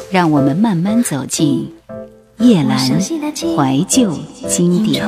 让我们慢慢走进夜阑怀旧经典。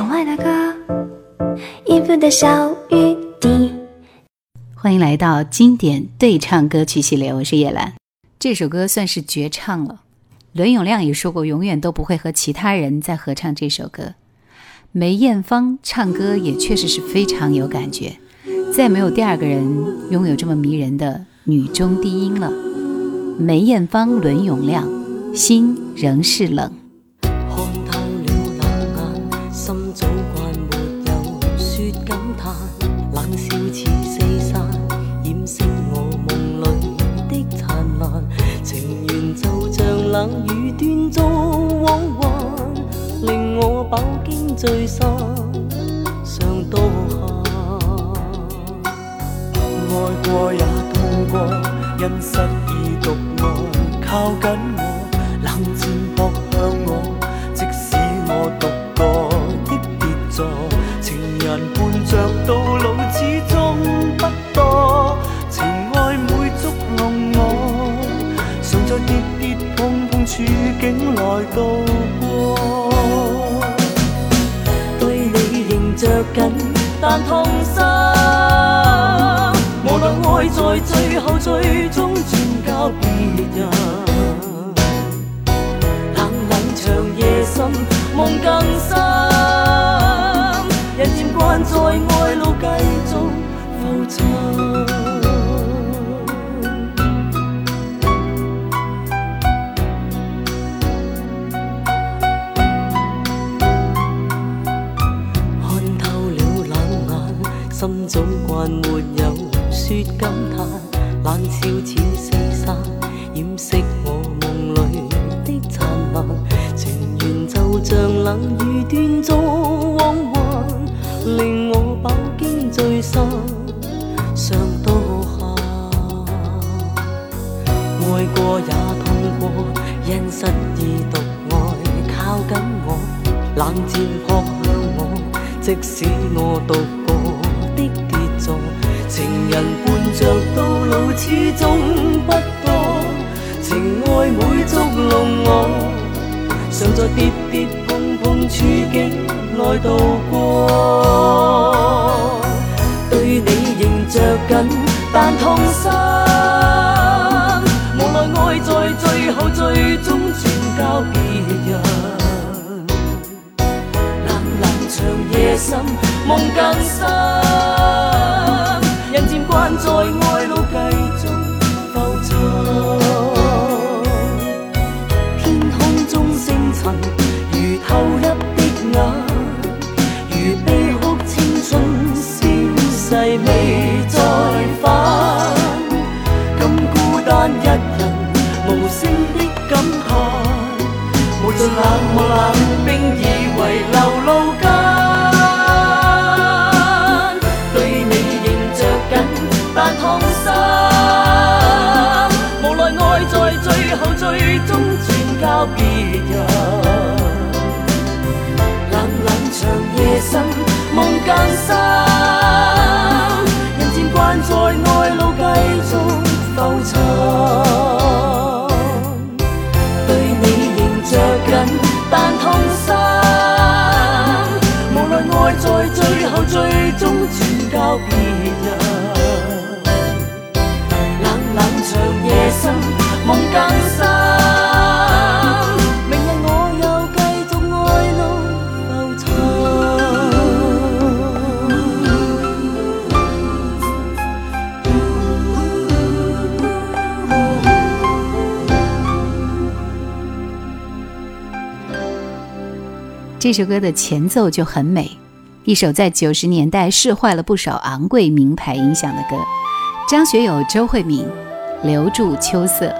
欢迎来到经典对唱歌曲系列，我是叶兰。这首歌算是绝唱了，伦永亮也说过永远都不会和其他人再合唱这首歌。梅艳芳唱歌也确实是非常有感觉，再没有第二个人拥有这么迷人的女中低音了。梅艳芳、伦永亮，心仍是冷。 看透了冷眼，心早慣沒有說感嘆，冷笑似四散，掩飾我夢裏的燦爛，情緣就像冷雨斷續往還，令我飽經聚散，想多下，愛過也痛過，因失意獨愛靠緊我，冷戰撲向我，即使我獨個的跌座，情人伴着到老始終不多，情愛每捉弄我，常在跌跌碰碰處境來渡過，對你仍着緊但痛心，無奈愛在最後最終轉交別人，夜深夢更深，人漸慣在愛路繼續浮沉，看透了冷眼，心早慣沒有說感嘆，冷笑似四散，掩飾我夢裏的燦爛，就像冷雨斷續往還，令我飽經聚散，想多下，愛過也痛過，因失意獨愛靠緊我，冷箭撲向我，即使我獨個的跌座，情人伴着到老始終不多，情愛每捉弄我，常在跌跌碰碰處境來渡過，對你仍着緊但痛心，無奈愛在最後最終轉交別人，冷冷長夜深夢更深，人漸慣在愛路繼續浮沉，如投入的眼，如悲哭青春消逝未再返，今孤單一人無聲的感嘆，無盡冷漠冷冰以為流露間，對你仍着緊但痛心，無奈愛在最後最終轉交別人，夜深夢更深，人漸慣在愛路繼續浮沉，對你仍着緊但痛心，無奈愛在最後最終轉交別人，冷冷長夜深夢更深， 这首歌的前奏就很美，一首在90年代试坏了不少昂贵名牌音响的歌。张学友、周慧敏，留住秋色。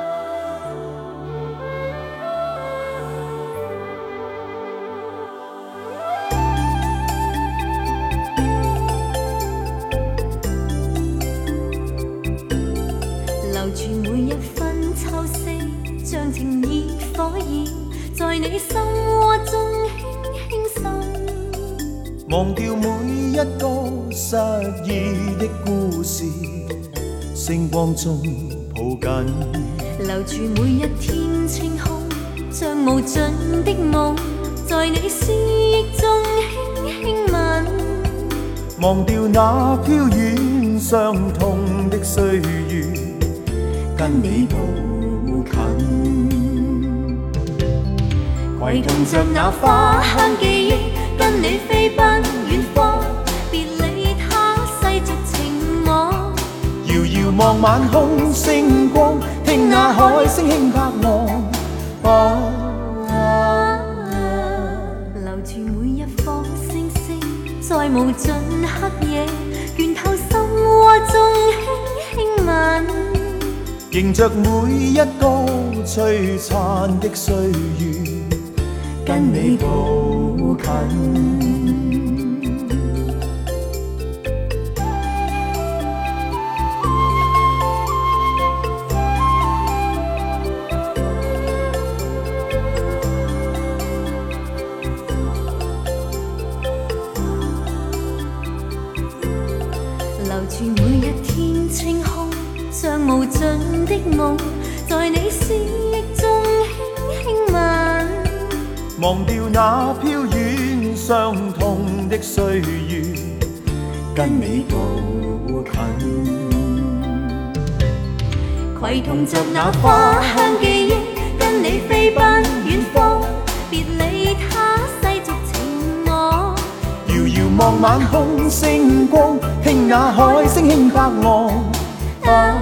留住每一分秋色，像情意火焰，在你心窩中忘掉每一個失意的故事，星光中抱緊， 留住每一天清空，像無盡的夢，在你思憶中輕輕吻。 忘掉那飄遠傷痛的歲月，跟你抱近， 攜同着那花香記憶，跟你飛奔遠方，別理他世俗情網。 遙遙望晚空星光，聽那海聲輕拍岸。 留住每一顆星星，在無盡黑夜，倦透心窩中輕輕吻。 迎着每一個璀璨的歲月，跟你抱近。 留住每一天清空，像無盡的夢，在你思憶中輕輕吻。 忘掉那飄遠傷痛的歲月，跟你抱近。 攜同着那花香記憶，跟你飛奔遠方，別理他世俗情網。 遙遙望晚空星光，聽那海聲輕拍岸。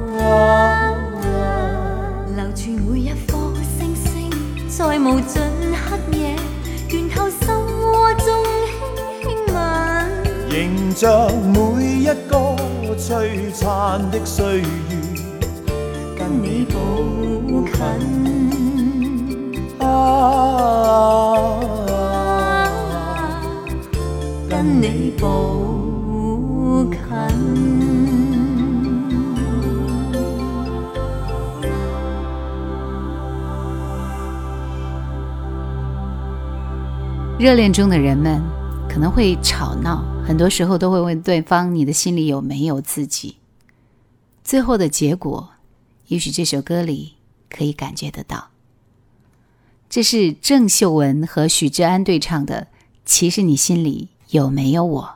留住每一顆星星，在無盡黑夜，倦透心窩中輕輕吻。 迎着每一個璀璨的歲月，跟你抱近。 跟你抱近。 热恋中的人们可能会吵闹，很多时候都会问对方你的心里有没有自己。最后的结果，也许这首歌里可以感觉得到。这是郑秀文和许志安对唱的《其实你心里有没有我》。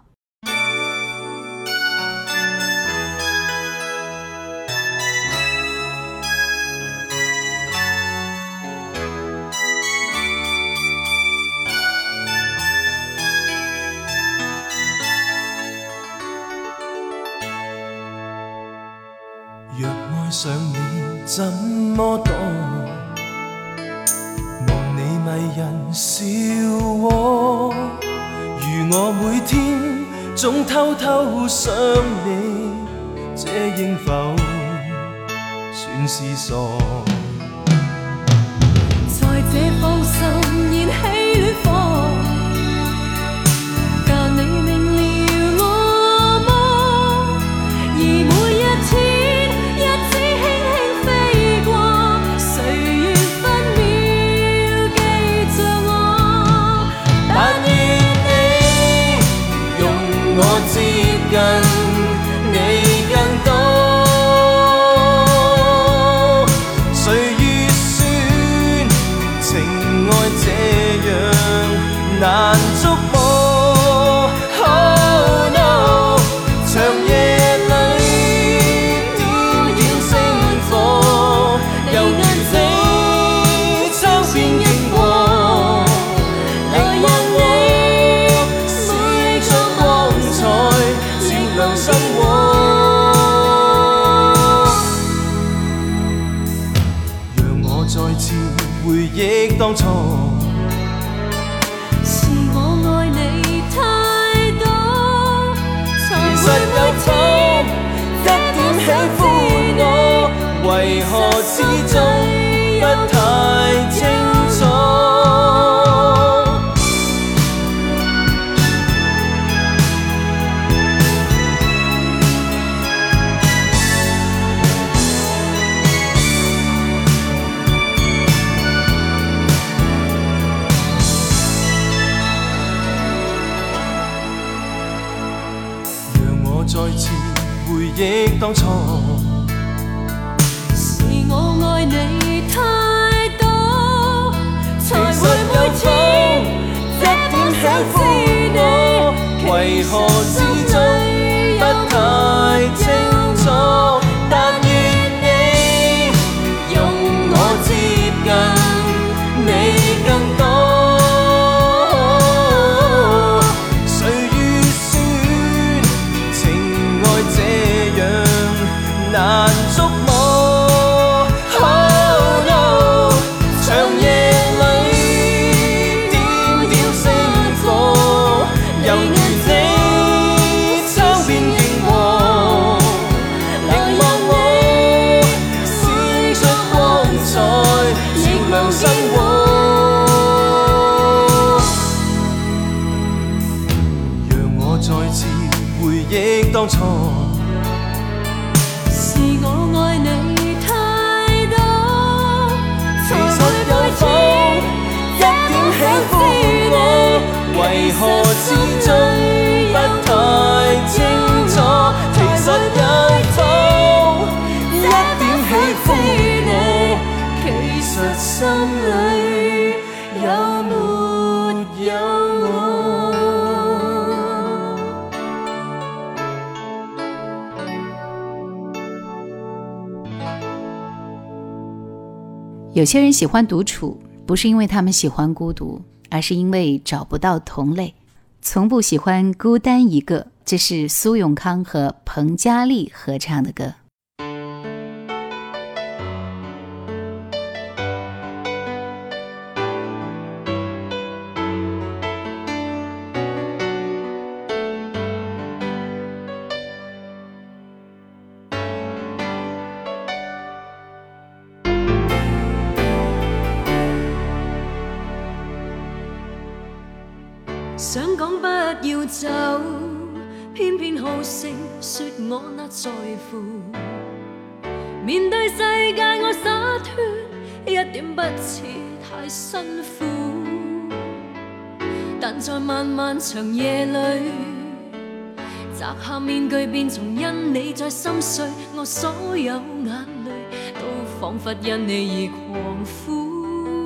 若愛上你怎麼躲？望你迷人笑窩，如我每天總偷偷想你，這應否算是傻？ 在這放心燃起戀火，教你明了我麼？而每一天近你更多，誰預算情愛這樣難觸摸？Oh no， 長夜裏點點星火，猶如你窗邊經過，來讓你每種光彩亮心窩，讓我再次回憶當初。 是我愛你太多，才其實有否一點喜歡我，為何始終不太清楚？再次回憶當初， 是我愛你太樣生活。讓我再次回憶當初， 是我愛你太多， 其實有否一點喜歡我？為何始終不太清楚？其實有否一點喜歡我？其實心裏有沒有我？ 有些人喜欢独处，不是因为他们喜欢孤独，而是因为找不到同类。从不喜欢孤单一个，这是苏永康和彭佳丽合唱的歌。 想講不要走，偏偏好勝說我那在乎。面對世界我灑脫，一點不似太辛苦。但在漫漫長夜裏，摘下面具便從因你在心碎，我所有眼淚都彷彿因你而狂呼。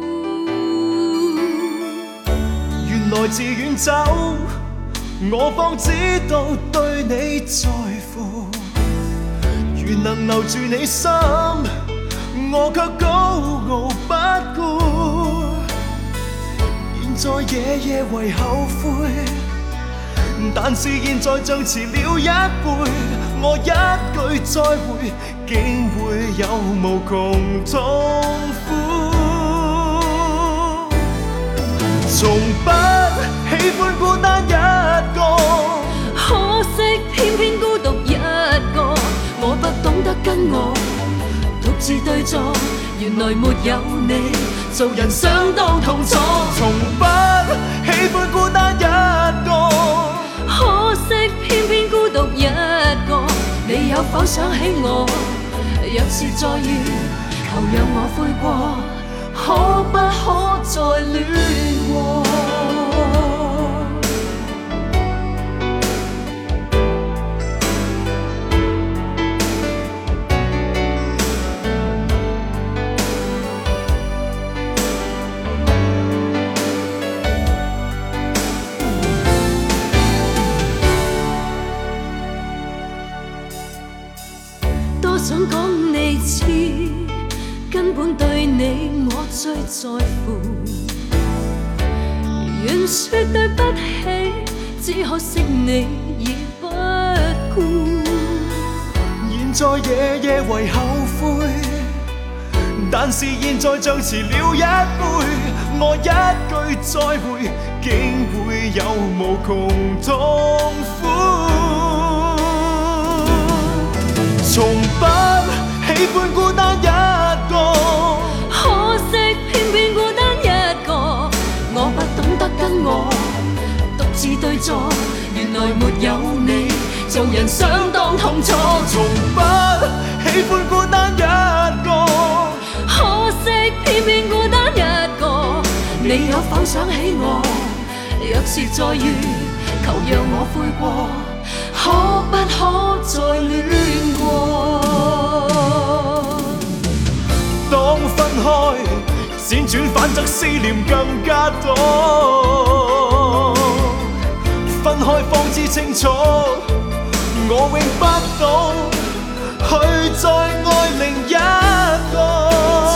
原來自遠走，我方知道對你在乎。如能留住你心，我卻高傲不顧。現在夜夜為後悔，但是現在像遲了一輩。我一句再會，竟會有無窮痛苦。從不喜歡孤單一個， 可惜偏偏孤獨一個。我不懂得跟我獨自對坐，原來沒有你，做人相當痛楚。 從不喜歡孤單一個， 可惜偏偏孤獨一個。你有否想起我？若是再遇，求讓我悔過，可不可再戀過？多想講你知，根本對你我最在乎。願說對不起，只可惜你已不顧。 現在夜夜為後悔，但是現在像遲了一輩。我一句再會，竟會有無窮痛苦。從不喜歡孤單一個， 可惜偏偏孤單一個。我不懂得跟我獨自對坐，原來沒有你，做人相當痛楚。 從不喜歡孤單一個， 可惜偏偏孤單一個。你有否想起我？若是再遇，求讓我悔過，可不可再戀過？ 當分開，輾轉反側思念更加多。分開方知清楚，我永不懂去再愛另一個。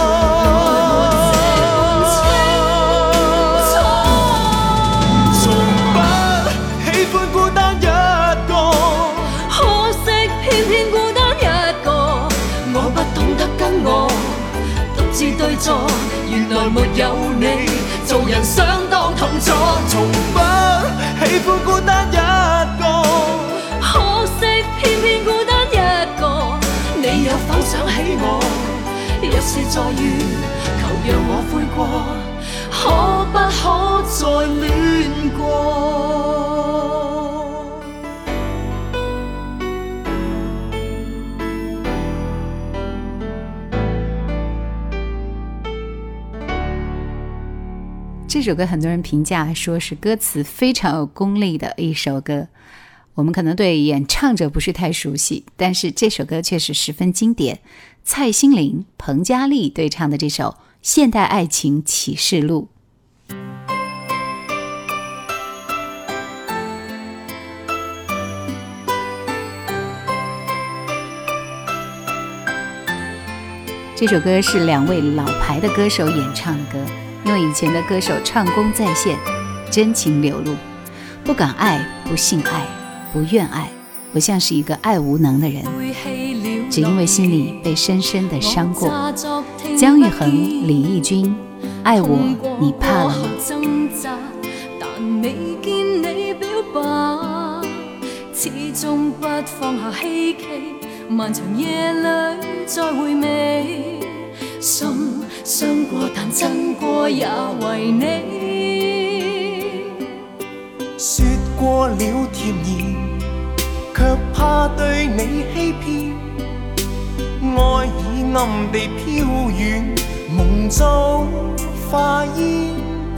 從不喜歡孤單一個， 可惜偏偏孤單一個。我不懂得跟我獨自對坐，原來沒有你，做人相當痛楚。 從不喜歡孤單一個， 可惜偏偏孤單一個。你有否想起我？若是再遇，求讓我悔過，可不可再戀過？ 这首歌很多人评价说是歌词非常有功力的一首歌，我们可能对演唱者不是太熟悉，但是这首歌确实十分经典。蔡心玲、彭佳丽对唱的这首《现代爱情启示录》。这首歌是2位老牌的歌手演唱的歌，因为以前的歌手唱功在线，真情流露，不敢爱，不信爱，不愿爱，我像是一个爱无能的人，只因为心里被深深的伤过。姜育恒、李翊君，爱我你怕了吗？ 但未見你表白，始終不放下希冀，漫長夜裏再回味，心傷過但真過也為你， 說過了甜言，卻怕對你欺騙，愛已暗地飄遠，夢早化煙。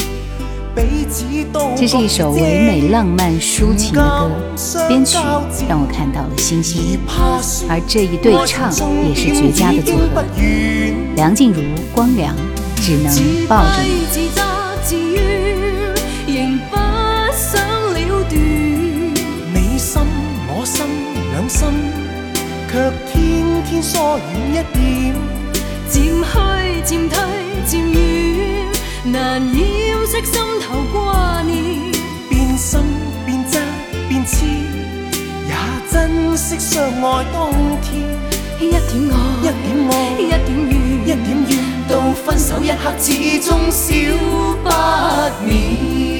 这是一首唯美浪漫抒情的歌，编曲让我看到了星星，而这一对唱也是绝佳的组合。梁静茹、光良只能抱着你。 你心我心兩心，卻天天疏遠一點， 漸去漸退漸遠，難掩飾心頭掛念， 變心變質變痴，也珍惜相愛當天。 一點愛， 一點愛， 一點怨， 一點怨， 到分手一刻始終少不免。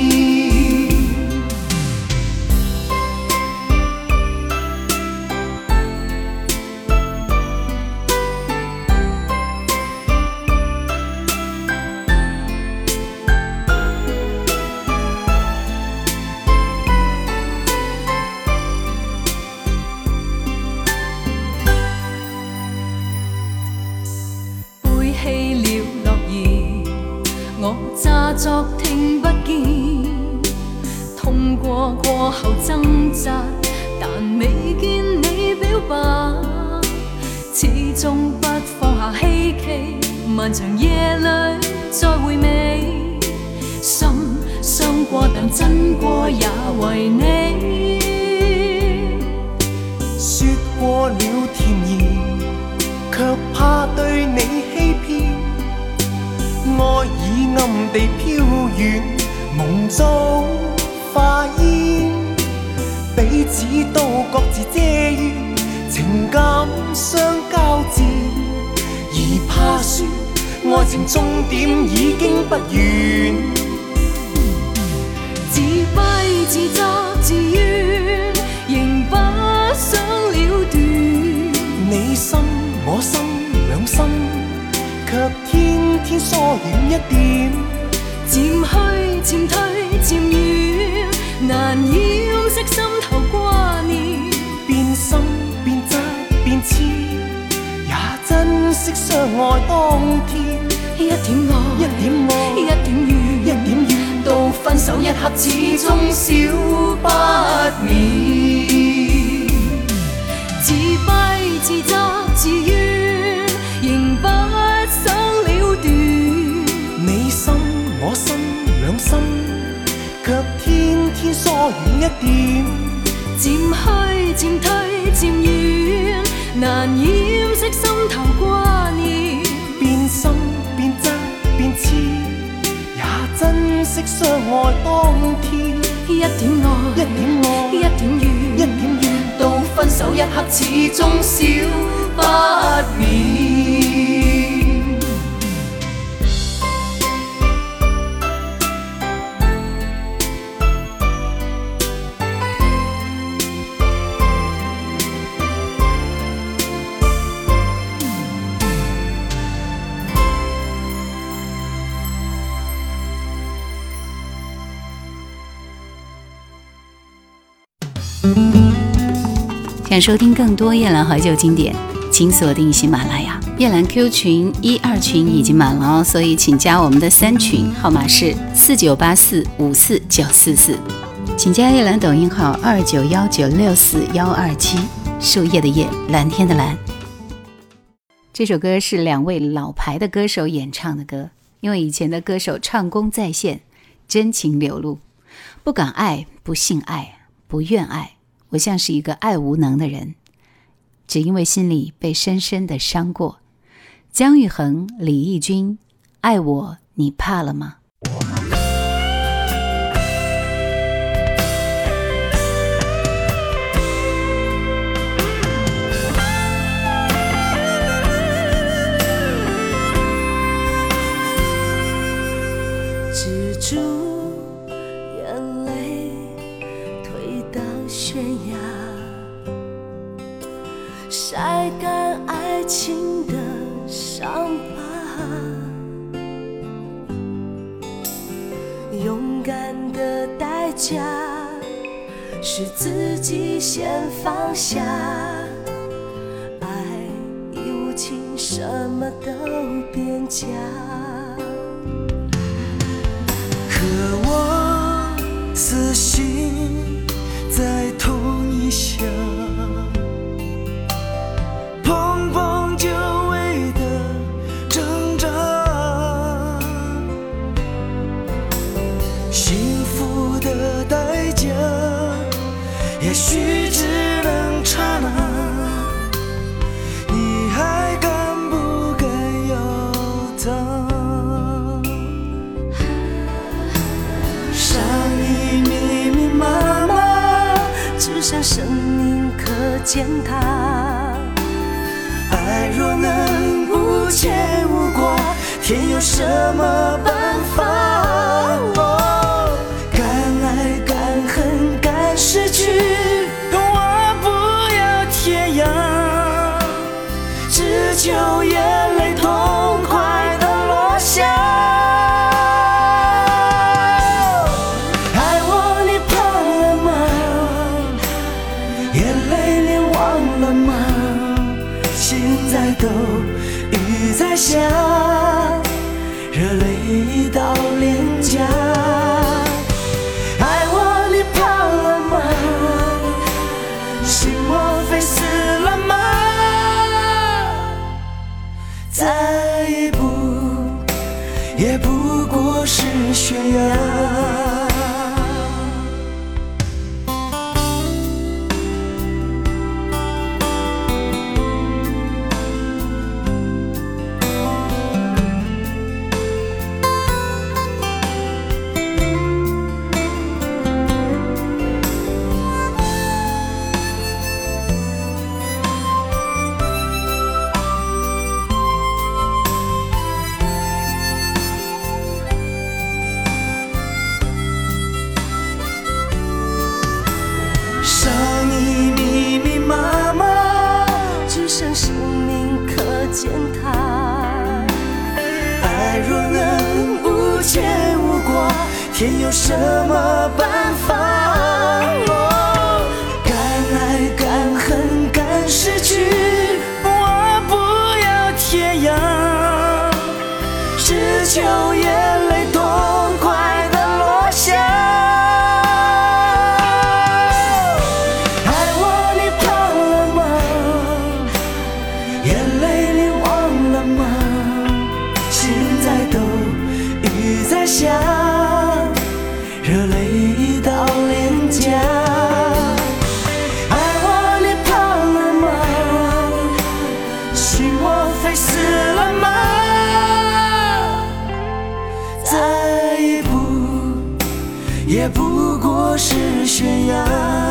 作聽不見，痛過過後掙扎，但未見你表白，始終不放下希冀，漫長夜裏再回味，心傷過但真過也為你， 說過了甜言，卻怕對你欺騙，愛已暗地飄遠，夢早化煙，彼此都各自遮於情感相交戰，而怕說愛情終點已經不遠， 自閉自責自怨，仍不想了斷， 你心我心兩心，卻天天疏遠一點， 漸去漸退漸遠，難掩飾心頭掛念， 變心變質變痴，也珍惜相愛當天。 一點愛， 一點愛， 一點怨， 一點怨， 到分手一刻始終少不免，自閉自責自怨，仍不想了斷， 你心我心兩心，卻天天疏遠一點， 漸去漸退漸遠，難掩飾心頭掛念， 變心變質變痴，也珍惜相愛當天。 一點愛， 一點愛， 一點怨， 一點怨， 到分手一刻始終少不免。 想收听更多夜兰怀旧经典，请锁定喜马拉雅。夜兰 Q 群1、2群已经满了哦，所以请加我们的3群，号码是4984549944。请加夜兰抖音号2919641127，树叶的叶，蓝天的蓝。这首歌是2位老牌的歌手演唱的歌，因为以前的歌手唱功在线，真情流露，不敢爱，不信爱，不愿爱，我像是一个爱无能的人，只因为心里被深深的伤过。姜育恒、李翊君，爱我你怕了吗？ 止住眼泪，推到悬崖，晒干爱情的伤疤，勇敢的代价是自己先放下，爱已无情，什么都变假。 可我死心在同一乡，碰碰久违的挣扎，幸福的代价也许只能刹那，你还敢不敢要它？伤你密密麻麻， 只剩生命可践踏。 爱若能无牵无挂，天有什么办法？敢爱敢恨敢失去，我不要天涯，只求眼泪痛快地落下。爱我你怕了吗？眼泪脸忘了吗？心在抖，雨在下，热泪到脸颊。爱我你怕了吗？心莫非死了吗？再一步也不过是悬崖。伤你密密麻麻， 只剩生命可践踏。 爱若能无牵无挂，天有什么办法？敢爱敢恨敢失去，我不要天涯，只求眼泪痛快地落下。下，热泪到脸颊。爱我你怕了吗？心莫非死了吗？再一步也不过是悬崖。